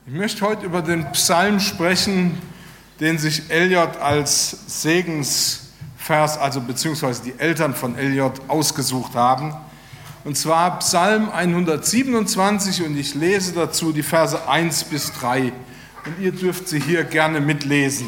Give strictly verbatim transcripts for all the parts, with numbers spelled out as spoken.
Ich möchte heute über den Psalm sprechen, den sich Eliot als Segensvers, also beziehungsweise die Eltern von Eliot ausgesucht haben. Und zwar Psalm hundertsiebenundzwanzig, und ich lese dazu die Verse eins bis drei. Und ihr dürft sie hier gerne mitlesen.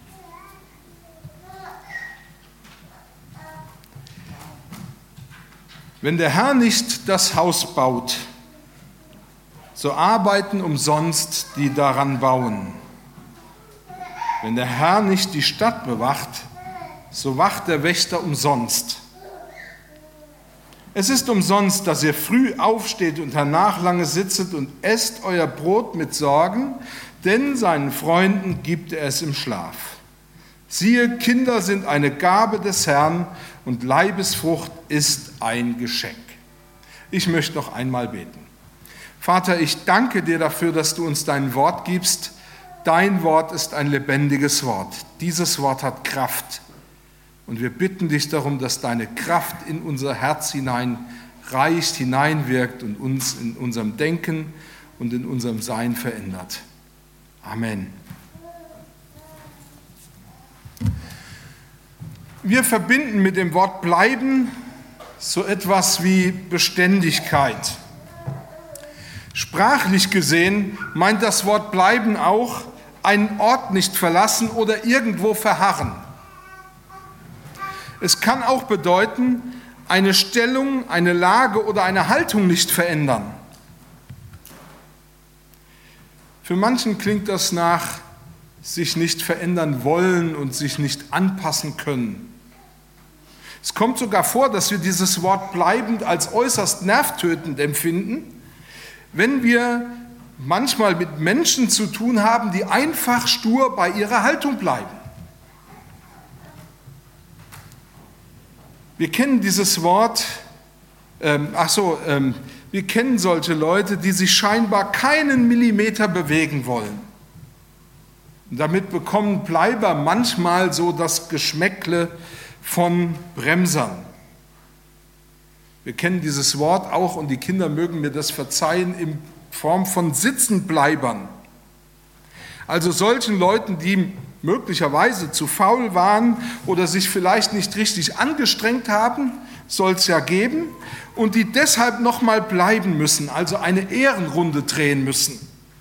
Wenn der Herr nicht das Haus baut, so arbeiten umsonst die daran bauen. Wenn der Herr nicht die Stadt bewacht, so wacht der Wächter umsonst. Es ist umsonst, dass ihr früh aufsteht und hernach lange sitzet und esst euer Brot mit Sorgen, denn seinen Freunden gibt er es im Schlaf. Siehe, Kinder sind eine Gabe des Herrn und Leibesfrucht ist ein Geschenk. Ich möchte noch einmal beten. Vater, ich danke dir dafür, dass du uns dein Wort gibst. Dein Wort ist ein lebendiges Wort. Dieses Wort hat Kraft. Und wir bitten dich darum, dass deine Kraft in unser Herz hinein reicht, hineinwirkt und uns in unserem Denken und in unserem Sein verändert. Amen. Wir verbinden mit dem Wort bleiben so etwas wie Beständigkeit. Sprachlich gesehen meint das Wort bleiben auch einen Ort nicht verlassen oder irgendwo verharren. Es kann auch bedeuten, eine Stellung, eine Lage oder eine Haltung nicht verändern. Für manchen klingt das nach sich nicht verändern wollen und sich nicht anpassen können. Es kommt sogar vor, dass wir dieses Wort bleibend als äußerst nervtötend empfinden, wenn wir manchmal mit Menschen zu tun haben, die einfach stur bei ihrer Haltung bleiben. Wir kennen dieses Wort, ähm, ach so, ähm, wir kennen solche Leute, die sich scheinbar keinen Millimeter bewegen wollen. Und damit bekommen Bleiber manchmal so das Geschmäckle von Bremsern. Wir kennen dieses Wort auch, und die Kinder mögen mir das verzeihen, in Form von Sitzenbleibern. Also solchen Leuten, die möglicherweise zu faul waren oder sich vielleicht nicht richtig angestrengt haben, soll es ja geben, und die deshalb nochmal bleiben müssen, also eine Ehrenrunde drehen müssen.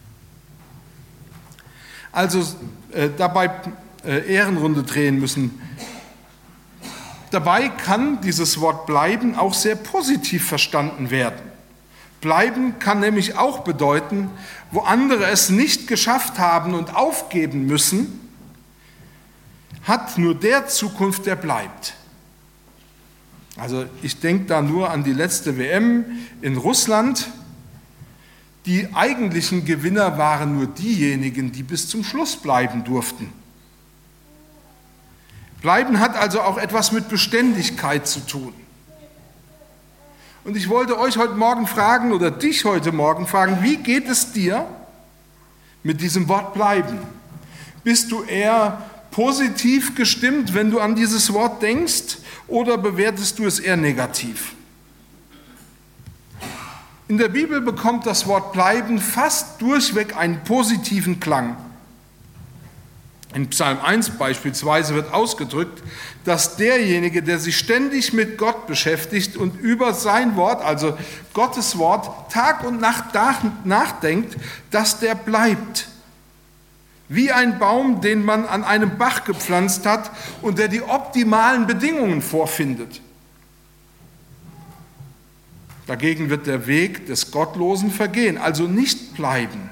Also äh, dabei äh, Ehrenrunde drehen müssen. Dabei kann dieses Wort bleiben auch sehr positiv verstanden werden. Bleiben kann nämlich auch bedeuten, wo andere es nicht geschafft haben und aufgeben müssen, hat nur der Zukunft, der bleibt. Also ich denke da nur an die letzte W M in Russland. Die eigentlichen Gewinner waren nur diejenigen, die bis zum Schluss bleiben durften. Bleiben hat also auch etwas mit Beständigkeit zu tun. Und ich wollte euch heute Morgen fragen, oder dich heute Morgen fragen, wie geht es dir mit diesem Wort bleiben? Bist du eher positiv gestimmt, wenn du an dieses Wort denkst, oder bewertest du es eher negativ? In der Bibel bekommt das Wort bleiben fast durchweg einen positiven Klang. In Psalm eins beispielsweise wird ausgedrückt, dass derjenige, der sich ständig mit Gott beschäftigt und über sein Wort, also Gottes Wort, Tag und Nacht nachdenkt, dass der bleibt. Wie ein Baum, den man an einem Bach gepflanzt hat und der die optimalen Bedingungen vorfindet. Dagegen wird der Weg des Gottlosen vergehen, also nicht bleiben.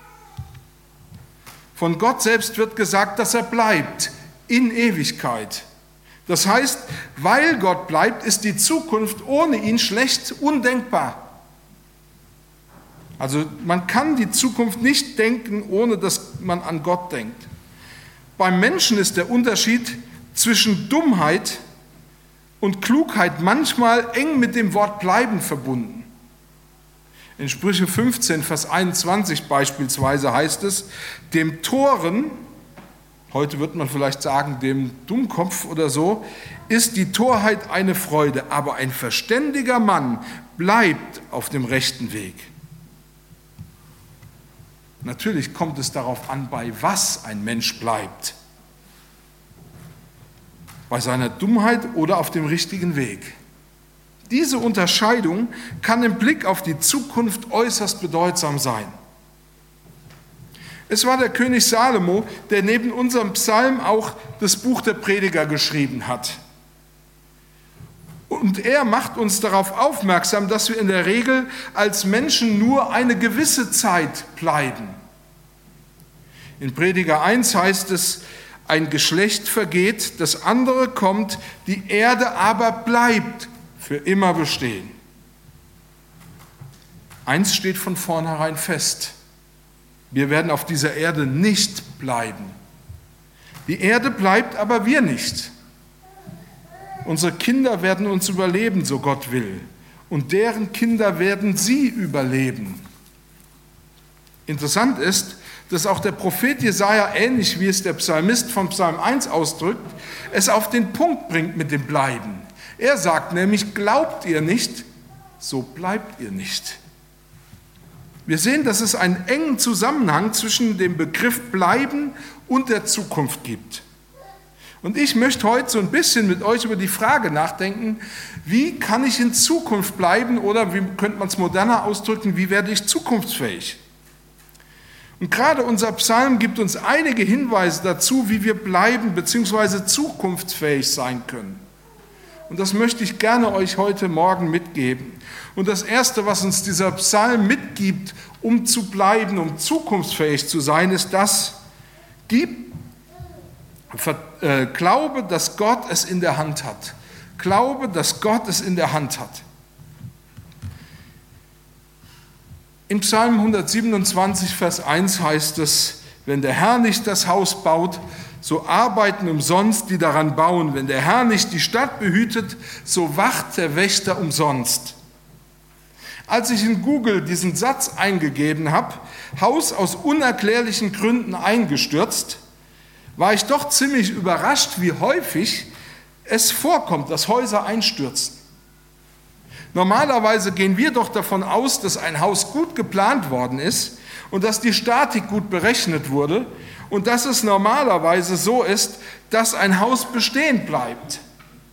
Von Gott selbst wird gesagt, dass er bleibt in Ewigkeit. Das heißt, weil Gott bleibt, ist die Zukunft ohne ihn schlecht undenkbar. Also man kann die Zukunft nicht denken, ohne dass man an Gott denkt. Beim Menschen ist der Unterschied zwischen Dummheit und Klugheit manchmal eng mit dem Wort bleiben verbunden. In Sprüche fünfzehn, Vers einundzwanzig beispielsweise heißt es, dem Toren, heute wird man vielleicht sagen, dem Dummkopf oder so, ist die Torheit eine Freude, aber ein verständiger Mann bleibt auf dem rechten Weg. Natürlich kommt es darauf an, bei was ein Mensch bleibt. Bei seiner Dummheit oder auf dem richtigen Weg. Diese Unterscheidung kann im Blick auf die Zukunft äußerst bedeutsam sein. Es war der König Salomo, der neben unserem Psalm auch das Buch der Prediger geschrieben hat. Und er macht uns darauf aufmerksam, dass wir in der Regel als Menschen nur eine gewisse Zeit bleiben. In Prediger eins heißt es, ein Geschlecht vergeht, das andere kommt, die Erde aber bleibt für immer bestehen. Eins steht von vornherein fest. Wir werden auf dieser Erde nicht bleiben. Die Erde bleibt, aber wir nicht. Unsere Kinder werden uns überleben, so Gott will. Und deren Kinder werden sie überleben. Interessant ist, dass auch der Prophet Jesaja, ähnlich wie es der Psalmist vom Psalm eins ausdrückt, es auf den Punkt bringt mit dem Bleiben. Er sagt nämlich, glaubt ihr nicht, so bleibt ihr nicht. Wir sehen, dass es einen engen Zusammenhang zwischen dem Begriff Bleiben und der Zukunft gibt. Und ich möchte heute so ein bisschen mit euch über die Frage nachdenken, wie kann ich in Zukunft bleiben oder wie könnte man es moderner ausdrücken, wie werde ich zukunftsfähig? Und gerade unser Psalm gibt uns einige Hinweise dazu, wie wir bleiben bzw. zukunftsfähig sein können. Und das möchte ich gerne euch heute Morgen mitgeben. Und das Erste, was uns dieser Psalm mitgibt, um zu bleiben, um zukunftsfähig zu sein, ist das, gib, äh, glaube, dass Gott es in der Hand hat. Glaube, dass Gott es in der Hand hat. Im Psalm hundertsiebenundzwanzig, Vers eins heißt es, wenn der Herr nicht das Haus baut, so arbeiten umsonst die daran bauen. Wenn der Herr nicht die Stadt behütet, so wacht der Wächter umsonst. Als ich in Google diesen Satz eingegeben habe, Haus aus unerklärlichen Gründen eingestürzt, war ich doch ziemlich überrascht, wie häufig es vorkommt, dass Häuser einstürzen. Normalerweise gehen wir doch davon aus, dass ein Haus gut geplant worden ist und dass die Statik gut berechnet wurde und dass es normalerweise so ist, dass ein Haus bestehen bleibt.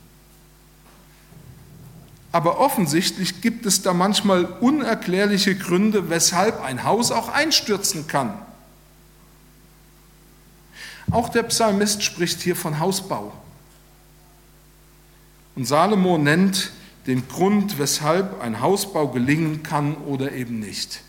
Aber offensichtlich gibt es da manchmal unerklärliche Gründe, weshalb ein Haus auch einstürzen kann. Auch der Psalmist spricht hier von Hausbau. Und Salomo nennt den Grund, weshalb ein Hausbau gelingen kann oder eben nicht.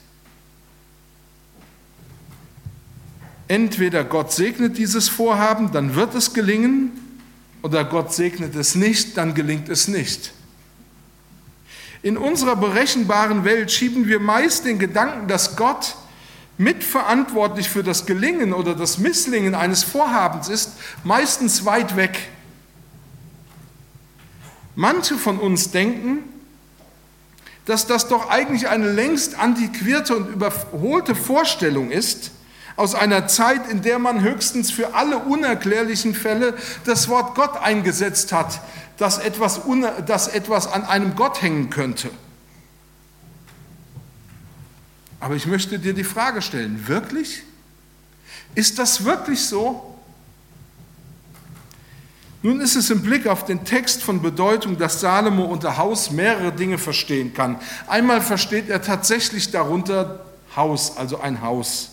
Entweder Gott segnet dieses Vorhaben, dann wird es gelingen, oder Gott segnet es nicht, dann gelingt es nicht. In unserer berechenbaren Welt schieben wir meist den Gedanken, dass Gott mitverantwortlich für das Gelingen oder das Misslingen eines Vorhabens ist, meistens weit weg. Manche von uns denken, dass das doch eigentlich eine längst antiquierte und überholte Vorstellung ist, aus einer Zeit, in der man höchstens für alle unerklärlichen Fälle das Wort Gott eingesetzt hat, dass etwas, dass etwas an einem Gott hängen könnte. Aber ich möchte dir die Frage stellen, wirklich? Ist das wirklich so? Nun ist es im Blick auf den Text von Bedeutung, dass Salomo unter Haus mehrere Dinge verstehen kann. Einmal versteht er tatsächlich darunter Haus, also ein Haus.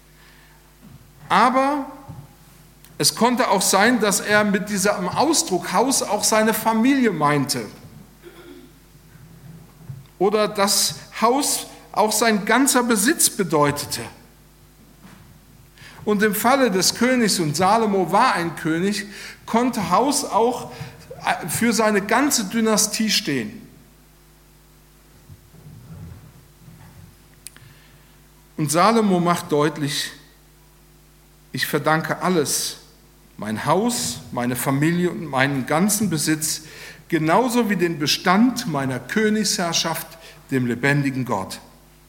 Aber es konnte auch sein, dass er mit diesem Ausdruck Haus auch seine Familie meinte. Oder das Haus auch sein ganzer Besitz bedeutete. Und im Falle des Königs, und Salomo war ein König, konnte Haus auch für seine ganze Dynastie stehen. Und Salomo macht deutlich, ich verdanke alles, mein Haus, meine Familie und meinen ganzen Besitz, genauso wie den Bestand meiner Königsherrschaft, dem lebendigen Gott.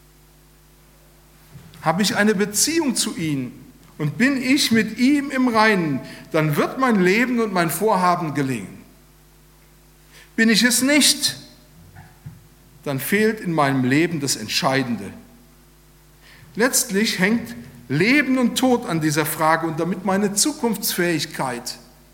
Habe ich eine Beziehung zu ihm und bin ich mit ihm im Reinen, dann wird mein Leben und mein Vorhaben gelingen. Bin ich es nicht, dann fehlt in meinem Leben das Entscheidende. Letztlich hängt Leben und Tod an dieser Frage und damit meine Zukunftsfähigkeit,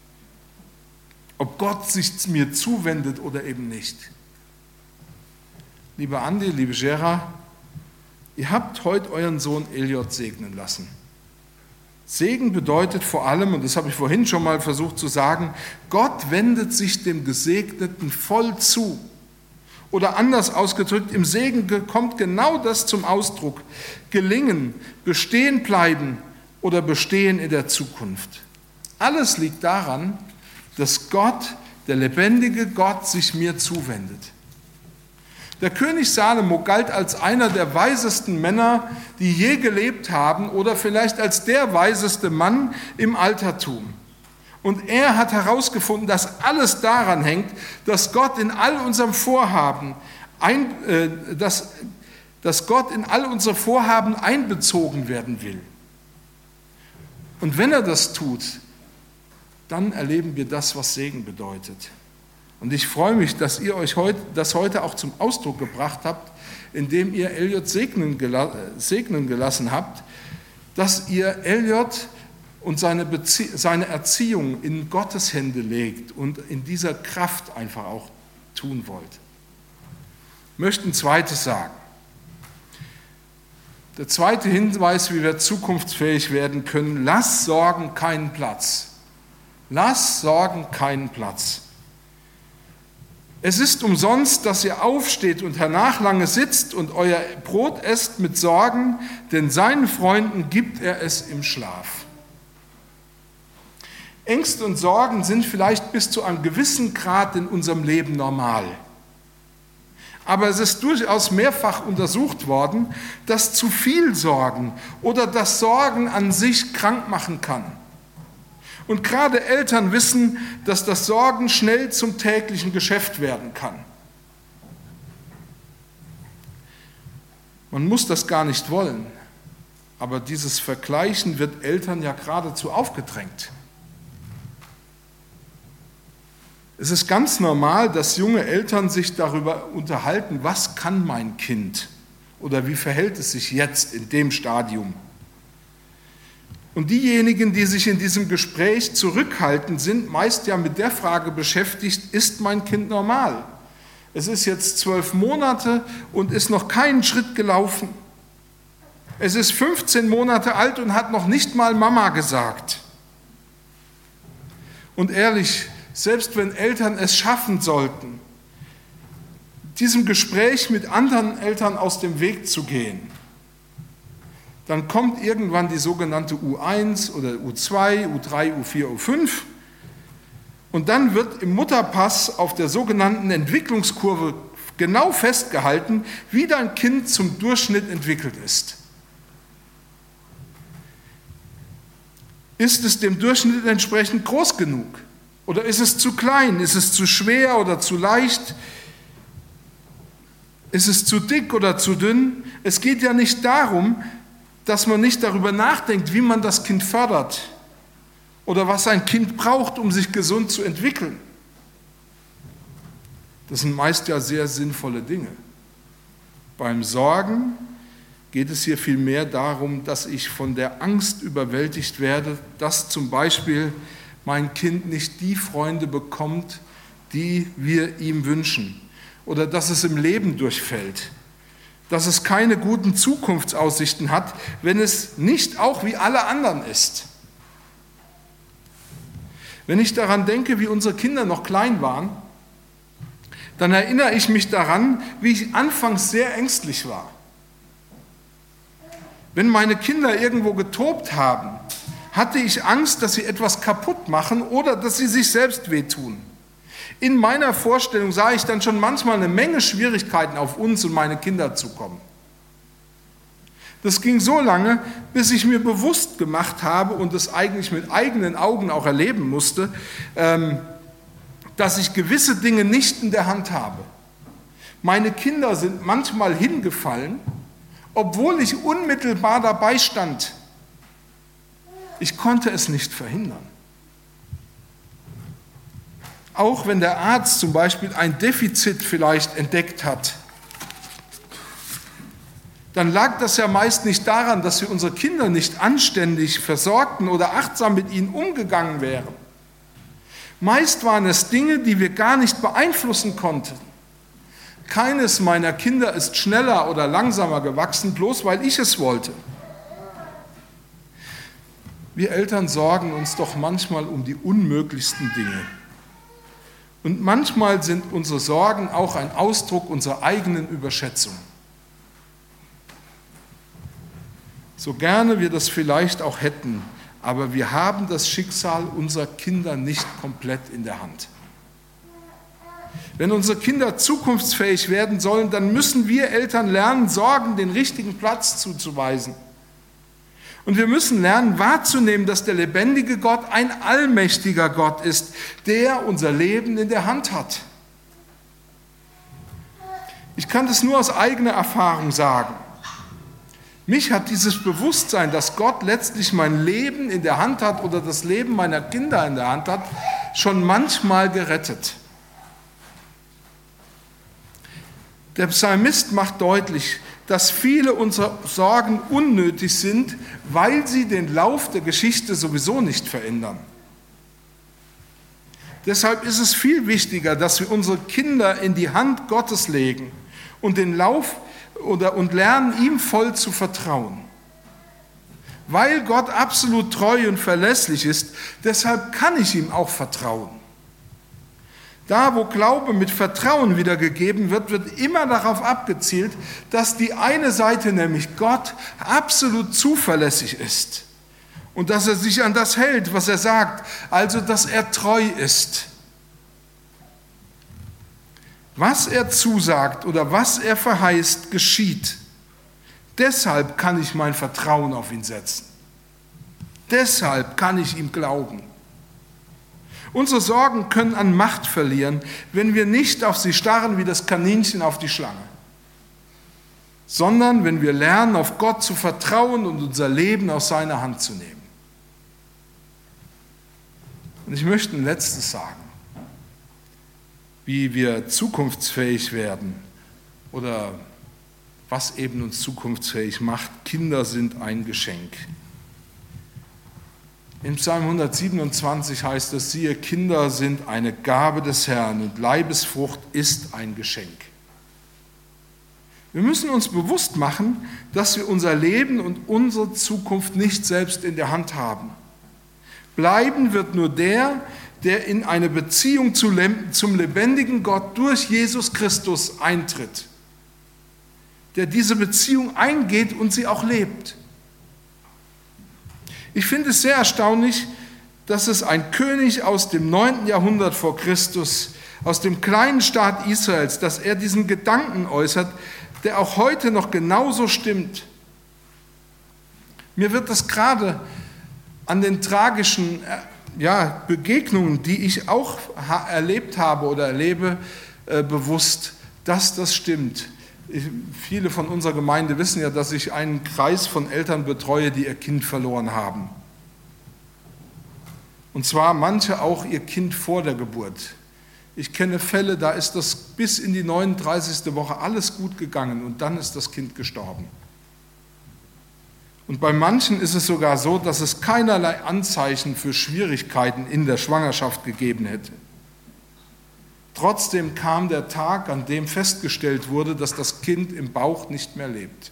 ob Gott sich mir zuwendet oder eben nicht. Lieber Andi, liebe Gera, ihr habt heute euren Sohn Elliot segnen lassen. Segen bedeutet vor allem, und das habe ich vorhin schon mal versucht zu sagen, Gott wendet sich dem Gesegneten voll zu. Oder anders ausgedrückt, im Segen kommt genau das zum Ausdruck: Gelingen, bestehen bleiben oder bestehen in der Zukunft. Alles liegt daran, dass Gott, der lebendige Gott, sich mir zuwendet. Der König Salomo galt als einer der weisesten Männer, die je gelebt haben, oder vielleicht als der weiseste Mann im Altertum. Und er hat herausgefunden, dass alles daran hängt, dass Gott in all unserem Vorhaben, ein, äh, dass, dass Gott in all unsere Vorhaben einbezogen werden will. Und wenn er das tut, dann erleben wir das, was Segen bedeutet. Und ich freue mich, dass ihr euch heute, das heute auch zum Ausdruck gebracht habt, indem ihr Elliot segnen, segnen gelassen habt, dass ihr Elliot und seine, Bezie- seine Erziehung in Gottes Hände legt und in dieser Kraft einfach auch tun wollt. Ich möchte ein zweites sagen. Der zweite Hinweis, wie wir zukunftsfähig werden können: Lass Sorgen keinen Platz. Lass Sorgen keinen Platz. Es ist umsonst, dass ihr aufsteht und hernach lange sitzt und euer Brot esst mit Sorgen, denn seinen Freunden gibt er es im Schlaf. Ängste und Sorgen sind vielleicht bis zu einem gewissen Grad in unserem Leben normal. Aber es ist durchaus mehrfach untersucht worden, dass zu viel Sorgen oder das Sorgen an sich krank machen kann. Und gerade Eltern wissen, dass das Sorgen schnell zum täglichen Geschäft werden kann. Man muss das gar nicht wollen, aber dieses Vergleichen wird Eltern ja geradezu aufgedrängt. Es ist ganz normal, dass junge Eltern sich darüber unterhalten, was kann mein Kind oder wie verhält es sich jetzt in dem Stadium. Und diejenigen, die sich in diesem Gespräch zurückhalten, sind meist ja mit der Frage beschäftigt: Ist mein Kind normal? Es ist jetzt zwölf Monate und ist noch keinen Schritt gelaufen. Es ist fünfzehn Monate alt und hat noch nicht mal Mama gesagt. Und ehrlich, selbst wenn Eltern es schaffen sollten, diesem Gespräch mit anderen Eltern aus dem Weg zu gehen, dann kommt irgendwann die sogenannte U eins oder U zwei, U drei, U vier, U fünf und dann wird im Mutterpass auf der sogenannten Entwicklungskurve genau festgehalten, wie dein Kind zum Durchschnitt entwickelt ist. Ist es dem Durchschnitt entsprechend groß genug? Oder ist es zu klein? Ist es zu schwer oder zu leicht? Ist es zu dick oder zu dünn? Es geht ja nicht darum, dass man nicht darüber nachdenkt, wie man das Kind fördert oder was ein Kind braucht, um sich gesund zu entwickeln. Das sind meist ja sehr sinnvolle Dinge. Beim Sorgen geht es hier vielmehr darum, dass ich von der Angst überwältigt werde, dass zum Beispiel mein Kind nicht die Freunde bekommt, die wir ihm wünschen, oder dass es im Leben durchfällt, dass es keine guten Zukunftsaussichten hat, wenn es nicht auch wie alle anderen ist. Wenn ich daran denke, wie unsere Kinder noch klein waren, dann erinnere ich mich daran, wie ich anfangs sehr ängstlich war. Wenn meine Kinder irgendwo getobt haben, hatte ich Angst, dass sie etwas kaputt machen oder dass sie sich selbst wehtun. In meiner Vorstellung sah ich dann schon manchmal eine Menge Schwierigkeiten auf uns und meine Kinder zukommen. Das ging so lange, bis ich mir bewusst gemacht habe und es eigentlich mit eigenen Augen auch erleben musste, dass ich gewisse Dinge nicht in der Hand habe. Meine Kinder sind manchmal hingefallen, obwohl ich unmittelbar dabei stand. Ich konnte es nicht verhindern. Auch wenn der Arzt zum Beispiel ein Defizit vielleicht entdeckt hat, dann lag das ja meist nicht daran, dass wir unsere Kinder nicht anständig versorgten oder achtsam mit ihnen umgegangen wären. Meist waren es Dinge, die wir gar nicht beeinflussen konnten. Keines meiner Kinder ist schneller oder langsamer gewachsen, bloß weil ich es wollte. Wir Eltern sorgen uns doch manchmal um die unmöglichsten Dinge. Und manchmal sind unsere Sorgen auch ein Ausdruck unserer eigenen Überschätzung. So gerne wir das vielleicht auch hätten, aber wir haben das Schicksal unserer Kinder nicht komplett in der Hand. Wenn unsere Kinder zukunftsfähig werden sollen, dann müssen wir Eltern lernen, Sorgen den richtigen Platz zuzuweisen. Und wir müssen lernen, wahrzunehmen, dass der lebendige Gott ein allmächtiger Gott ist, der unser Leben in der Hand hat. Ich kann das nur aus eigener Erfahrung sagen. Mich hat dieses Bewusstsein, dass Gott letztlich mein Leben in der Hand hat oder das Leben meiner Kinder in der Hand hat, schon manchmal gerettet. Der Psalmist macht deutlich, dass viele unserer Sorgen unnötig sind, weil sie den Lauf der Geschichte sowieso nicht verändern. Deshalb ist es viel wichtiger, dass wir unsere Kinder in die Hand Gottes legen und den Lauf oder, und lernen, ihm voll zu vertrauen. Weil Gott absolut treu und verlässlich ist, deshalb kann ich ihm auch vertrauen. Da, wo Glaube mit Vertrauen wiedergegeben wird, wird immer darauf abgezielt, dass die eine Seite, nämlich Gott, absolut zuverlässig ist und dass er sich an das hält, was er sagt, also dass er treu ist. Was er zusagt oder was er verheißt, geschieht. Deshalb kann ich mein Vertrauen auf ihn setzen. Deshalb kann ich ihm glauben. Unsere Sorgen können an Macht verlieren, wenn wir nicht auf sie starren wie das Kaninchen auf die Schlange, sondern wenn wir lernen, auf Gott zu vertrauen und unser Leben aus seiner Hand zu nehmen. Und ich möchte ein letztes sagen, wie wir zukunftsfähig werden oder was eben uns zukunftsfähig macht. Kinder sind ein Geschenk. Im Psalm hundertsiebenundzwanzig heißt es, siehe, Kinder sind eine Gabe des Herrn und Leibesfrucht ist ein Geschenk. Wir müssen uns bewusst machen, dass wir unser Leben und unsere Zukunft nicht selbst in der Hand haben. Bleiben wird nur der, der in eine Beziehung zum lebendigen Gott durch Jesus Christus eintritt, der diese Beziehung eingeht und sie auch lebt. Ich finde es sehr erstaunlich, dass es ein König aus dem neunten Jahrhundert vor Christus, aus dem kleinen Staat Israels, dass er diesen Gedanken äußert, der auch heute noch genauso stimmt. Mir wird das gerade an den tragischen ja, Begegnungen, die ich auch ha- erlebt habe oder erlebe, äh, bewusst, dass das stimmt. Ich, viele von unserer Gemeinde wissen ja, dass ich einen Kreis von Eltern betreue, die ihr Kind verloren haben. Und zwar manche auch ihr Kind vor der Geburt. Ich kenne Fälle, da ist das bis in die neununddreißigste Woche alles gut gegangen und dann ist das Kind gestorben. Und bei manchen ist es sogar so, dass es keinerlei Anzeichen für Schwierigkeiten in der Schwangerschaft gegeben hätte. Trotzdem kam der Tag, an dem festgestellt wurde, dass das Kind im Bauch nicht mehr lebt.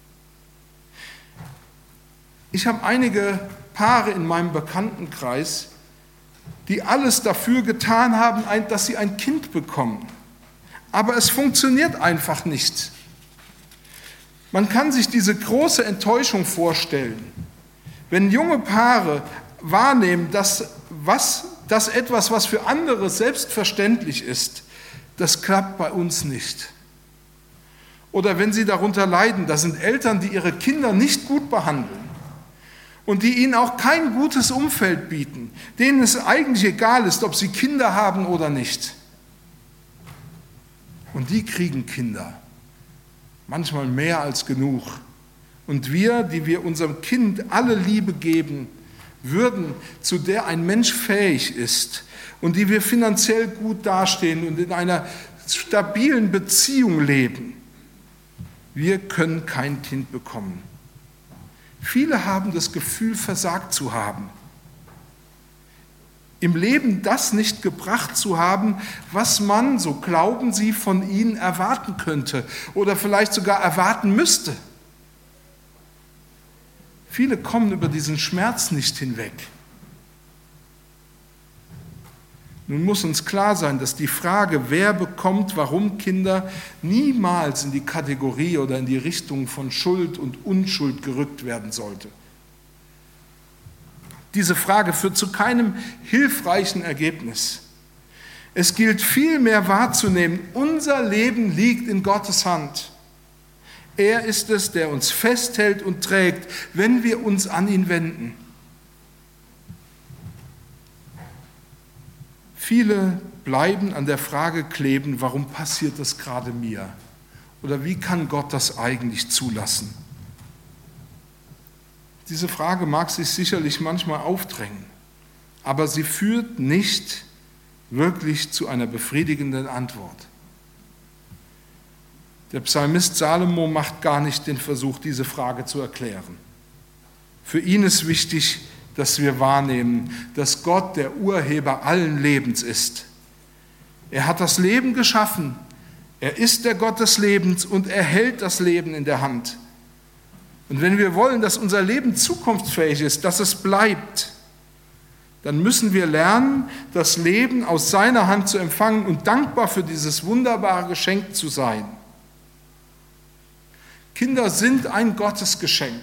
Ich habe einige Paare in meinem Bekanntenkreis, die alles dafür getan haben, dass sie ein Kind bekommen. Aber es funktioniert einfach nicht. Man kann sich diese große Enttäuschung vorstellen, wenn junge Paare wahrnehmen, dass, was, dass etwas, was für andere selbstverständlich ist, das klappt bei uns nicht. Oder wenn sie darunter leiden, das sind Eltern, die ihre Kinder nicht gut behandeln und die ihnen auch kein gutes Umfeld bieten, denen es eigentlich egal ist, ob sie Kinder haben oder nicht. Und die kriegen Kinder. Manchmal mehr als genug. Und wir, die wir unserem Kind alle Liebe geben würden, zu der ein Mensch fähig ist und die wir finanziell gut dastehen und in einer stabilen Beziehung leben, wir können kein Kind bekommen. Viele haben das Gefühl, versagt zu haben. Im Leben das nicht gebracht zu haben, was man, so glauben sie, von ihnen erwarten könnte oder vielleicht sogar erwarten müsste. Viele kommen über diesen Schmerz nicht hinweg. Nun muss uns klar sein, dass die Frage, wer bekommt, warum Kinder, niemals in die Kategorie oder in die Richtung von Schuld und Unschuld gerückt werden sollte. Diese Frage führt zu keinem hilfreichen Ergebnis. Es gilt vielmehr wahrzunehmen, unser Leben liegt in Gottes Hand. Er ist es, der uns festhält und trägt, wenn wir uns an ihn wenden. Viele bleiben an der Frage kleben, warum passiert das gerade mir? Oder wie kann Gott das eigentlich zulassen? Diese Frage mag sich sicherlich manchmal aufdrängen, aber sie führt nicht wirklich zu einer befriedigenden Antwort. Der Psalmist Salomo macht gar nicht den Versuch, diese Frage zu erklären. Für ihn ist wichtig, dass wir wahrnehmen, dass Gott der Urheber allen Lebens ist. Er hat das Leben geschaffen, er ist der Gott des Lebens und er hält das Leben in der Hand. Und wenn wir wollen, dass unser Leben zukunftsfähig ist, dass es bleibt, dann müssen wir lernen, das Leben aus seiner Hand zu empfangen und dankbar für dieses wunderbare Geschenk zu sein. Kinder sind ein Gottesgeschenk.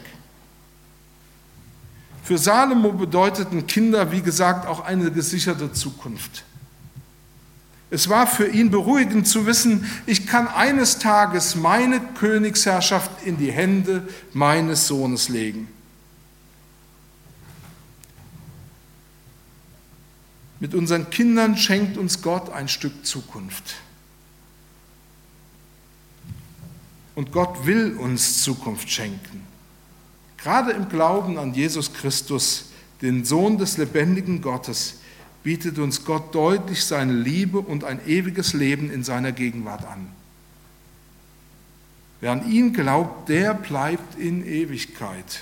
Für Salomo bedeuteten Kinder, wie gesagt, auch eine gesicherte Zukunft. Es war für ihn beruhigend zu wissen, ich kann eines Tages meine Königsherrschaft in die Hände meines Sohnes legen. Mit unseren Kindern schenkt uns Gott ein Stück Zukunft. Und Gott will uns Zukunft schenken. Gerade im Glauben an Jesus Christus, den Sohn des lebendigen Gottes, bietet uns Gott deutlich seine Liebe und ein ewiges Leben in seiner Gegenwart an. Wer an ihn glaubt, der bleibt in Ewigkeit.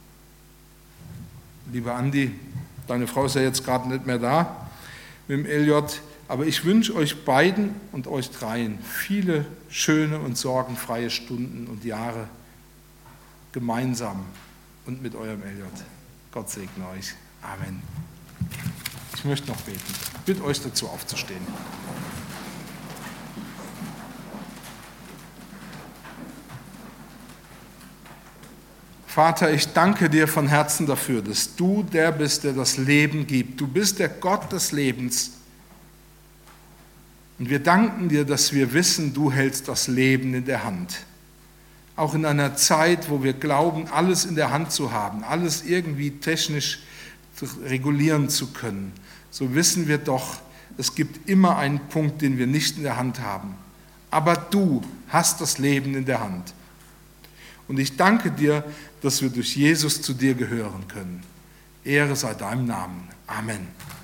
Lieber Andi, deine Frau ist ja jetzt gerade nicht mehr da mit dem L J, aber ich wünsche euch beiden und euch dreien viele schöne und sorgenfreie Stunden und Jahre gemeinsam und mit eurem L J. Gott segne euch. Amen. Ich möchte noch beten. Ich bitte euch dazu aufzustehen. Vater, ich danke dir von Herzen dafür, dass du der bist, der das Leben gibt. Du bist der Gott des Lebens. Und wir danken dir, dass wir wissen, du hältst das Leben in der Hand. Auch in einer Zeit, wo wir glauben, alles in der Hand zu haben, alles irgendwie technisch regulieren zu können, so wissen wir doch, es gibt immer einen Punkt, den wir nicht in der Hand haben. Aber du hast das Leben in der Hand. Und ich danke dir, dass wir durch Jesus zu dir gehören können. Ehre sei deinem Namen. Amen.